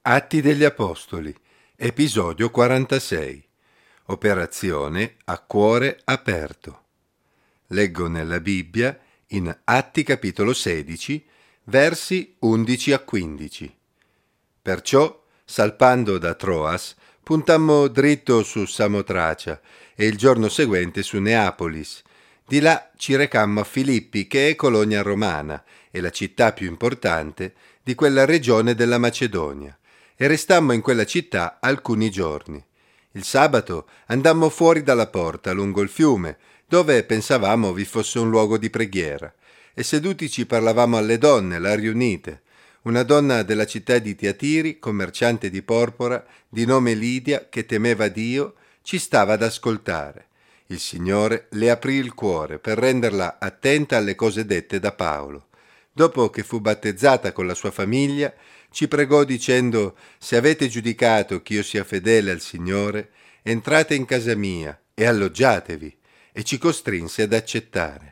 Atti degli Apostoli, episodio 46. Operazione a cuore aperto. Leggo nella Bibbia in Atti capitolo 16, versi 11 a 15. Perciò, salpando da Troas, puntammo dritto su Samotracia e il giorno seguente su Neapolis. Di là ci recammo a Filippi, che è colonia romana e la città più importante di quella regione della Macedonia, e restammo in quella città alcuni giorni. Il sabato andammo fuori dalla porta lungo il fiume, dove pensavamo vi fosse un luogo di preghiera, e sedutici parlavamo alle donne, là riunite. Una donna della città di Tiatiri, commerciante di porpora, di nome Lidia, che temeva Dio, ci stava ad ascoltare. Il Signore le aprì il cuore per renderla attenta alle cose dette da Paolo. Dopo che fu battezzata con la sua famiglia, ci pregò dicendo: «Se avete giudicato che io sia fedele al Signore, entrate in casa mia e alloggiatevi», e ci costrinse ad accettare.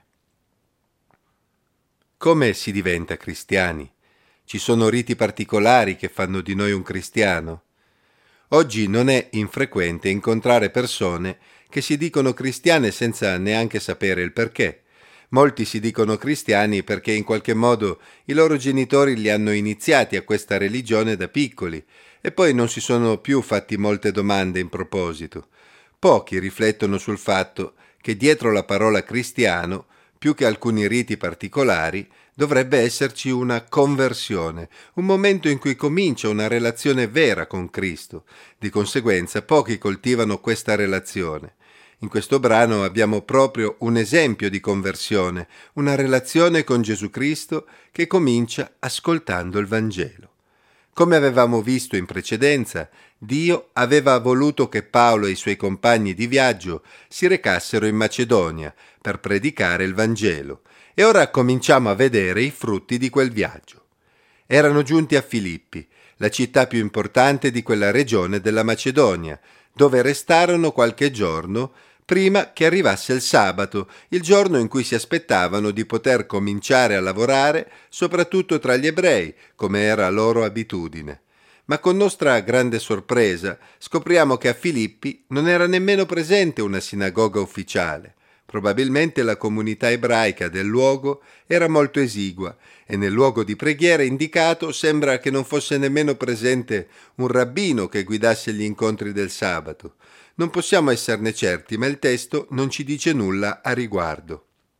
Come si diventa cristiani? Ci sono riti particolari che fanno di noi un cristiano? Oggi non è infrequente incontrare persone che si dicono cristiane senza neanche sapere il perché. Molti si dicono cristiani perché in qualche modo i loro genitori li hanno iniziati a questa religione da piccoli e poi non si sono più fatti molte domande in proposito. Pochi riflettono sul fatto che dietro la parola cristiano, più che alcuni riti particolari, dovrebbe esserci una conversione, un momento in cui comincia una relazione vera con Cristo. Di conseguenza, pochi coltivano questa relazione. In questo brano abbiamo proprio un esempio di conversione, una relazione con Gesù Cristo che comincia ascoltando il Vangelo. Come avevamo visto in precedenza, Dio aveva voluto che Paolo e i suoi compagni di viaggio si recassero in Macedonia per predicare il Vangelo, e ora cominciamo a vedere i frutti di quel viaggio. Erano giunti a Filippi, la città più importante di quella regione della Macedonia, dove restarono qualche giorno prima che arrivasse il sabato, il giorno in cui si aspettavano di poter cominciare a lavorare, soprattutto tra gli ebrei, come era loro abitudine. Ma con nostra grande sorpresa scopriamo che a Filippi non era nemmeno presente una sinagoga ufficiale. Probabilmente la comunità ebraica del luogo era molto esigua e nel luogo di preghiera indicato sembra che non fosse nemmeno presente un rabbino che guidasse gli incontri del sabato. Non possiamo esserne certi, ma il testo non ci dice nulla a riguardo.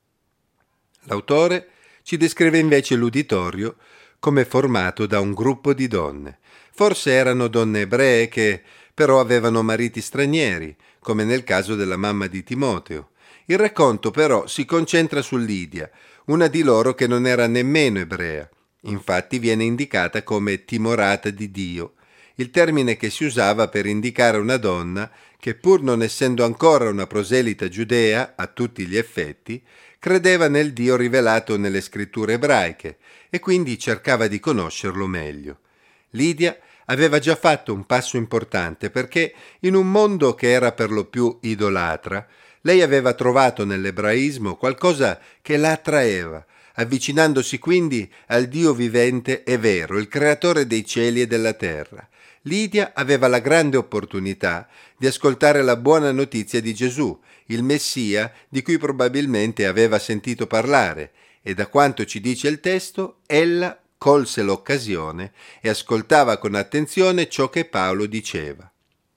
L'autore ci descrive invece l'uditorio come formato da un gruppo di donne. Forse erano donne ebree che però avevano mariti stranieri, come nel caso della mamma di Timoteo. Il racconto però si concentra su Lidia, una di loro che non era nemmeno ebrea. Infatti viene indicata come timorata di Dio, il termine che si usava per indicare una donna che, pur non essendo ancora una proselita giudea a tutti gli effetti, credeva nel Dio rivelato nelle scritture ebraiche e quindi cercava di conoscerlo meglio. Lidia aveva già fatto un passo importante perché, in un mondo che era per lo più idolatra, lei aveva trovato nell'ebraismo qualcosa che la attraeva, avvicinandosi quindi al Dio vivente e vero, il creatore dei cieli e della terra. Lidia aveva la grande opportunità di ascoltare la buona notizia di Gesù, il Messia di cui probabilmente aveva sentito parlare, e da quanto ci dice il testo, ella colse l'occasione e ascoltava con attenzione ciò che Paolo diceva.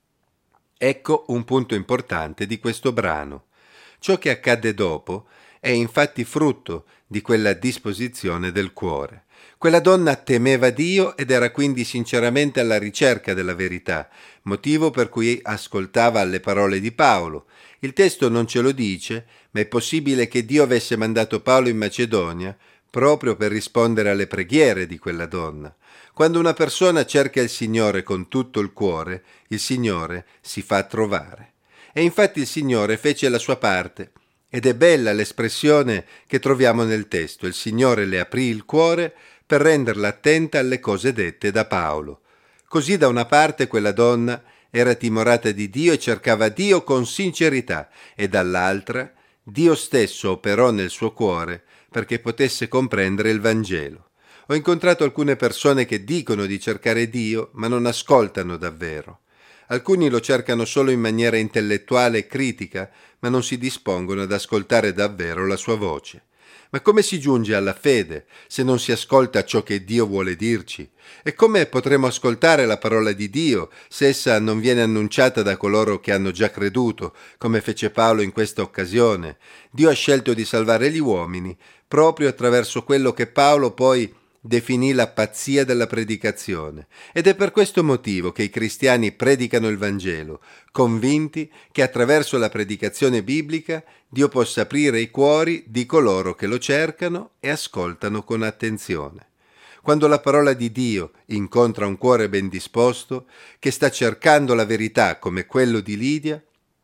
Ecco un punto importante di questo brano. Ciò che accadde dopo è infatti frutto di quella disposizione del cuore. Quella donna temeva Dio ed era quindi sinceramente alla ricerca della verità, motivo per cui ascoltava alle parole di Paolo. Il testo non ce lo dice, ma è possibile che Dio avesse mandato Paolo in Macedonia proprio per rispondere alle preghiere di quella donna. Quando una persona cerca il Signore con tutto il cuore, il Signore si fa trovare. E infatti il Signore fece la sua parte. Ed è bella l'espressione che troviamo nel testo: il Signore le aprì il cuore per renderla attenta alle cose dette da Paolo. Così da una parte quella donna era timorata di Dio e cercava Dio con sincerità, e dall'altra Dio stesso operò nel suo cuore perché potesse comprendere il Vangelo. Ho incontrato alcune persone che dicono di cercare Dio, ma non ascoltano davvero. Alcuni lo cercano solo in maniera intellettuale e critica, ma non si dispongono ad ascoltare davvero la sua voce. Ma come si giunge alla fede se non si ascolta ciò che Dio vuole dirci? E come potremo ascoltare la parola di Dio se essa non viene annunciata da coloro che hanno già creduto, come fece Paolo in questa occasione? Dio ha scelto di salvare gli uomini proprio attraverso quello che Paolo poi definì la pazzia della predicazione, ed è per questo motivo che i cristiani predicano il Vangelo, convinti che attraverso la predicazione biblica Dio possa aprire i cuori di coloro che lo cercano e ascoltano con attenzione. Quando la parola di Dio incontra un cuore ben disposto, che sta cercando la verità come quello di Lidia,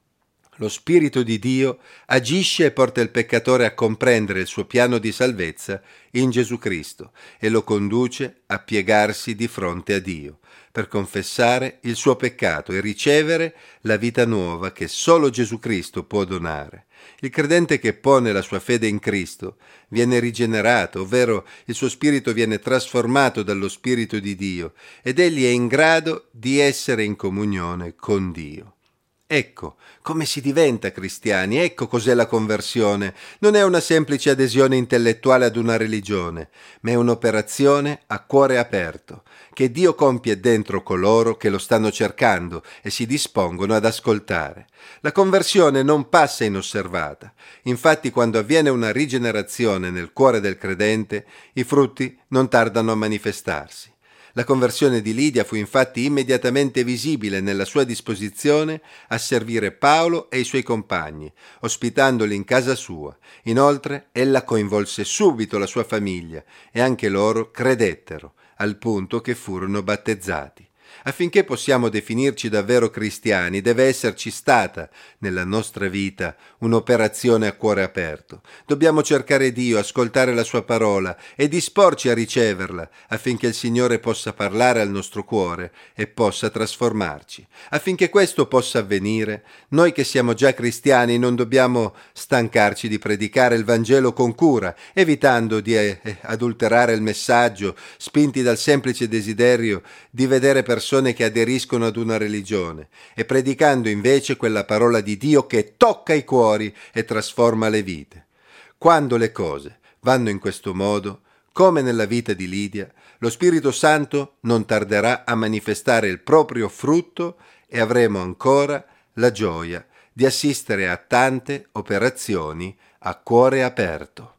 lo Spirito di Dio agisce e porta il peccatore a comprendere il suo piano di salvezza in Gesù Cristo e lo conduce a piegarsi di fronte a Dio per confessare il suo peccato e ricevere la vita nuova che solo Gesù Cristo può donare. Il credente che pone la sua fede in Cristo viene rigenerato, ovvero il suo spirito viene trasformato dallo Spirito di Dio ed egli è in grado di essere in comunione con Dio. Ecco come si diventa cristiani, ecco cos'è la conversione. Non è una semplice adesione intellettuale ad una religione, ma è un'operazione a cuore aperto, che Dio compie dentro coloro che lo stanno cercando e si dispongono ad ascoltare. La conversione non passa inosservata. Infatti, quando avviene una rigenerazione nel cuore del credente, i frutti non tardano a manifestarsi. La conversione di Lidia fu infatti immediatamente visibile nella sua disposizione a servire Paolo e i suoi compagni, ospitandoli in casa sua. Inoltre, ella coinvolse subito la sua famiglia e anche loro credettero, al punto che furono battezzati. Affinché possiamo definirci davvero cristiani, deve esserci stata nella nostra vita un'operazione a cuore aperto. Dobbiamo cercare Dio, ascoltare la sua parola e disporci a riceverla, affinché il Signore possa parlare al nostro cuore e possa trasformarci. Affinché questo possa avvenire, noi che siamo già cristiani non dobbiamo stancarci di predicare il Vangelo con cura, evitando di adulterare il messaggio, spinti dal semplice desiderio di vedere persone che aderiscono ad una religione e predicando invece quella parola di Dio che tocca i cuori e trasforma le vite. Quando le cose vanno in questo modo, come nella vita di Lidia, lo Spirito Santo non tarderà a manifestare il proprio frutto e avremo ancora la gioia di assistere a tante operazioni a cuore aperto.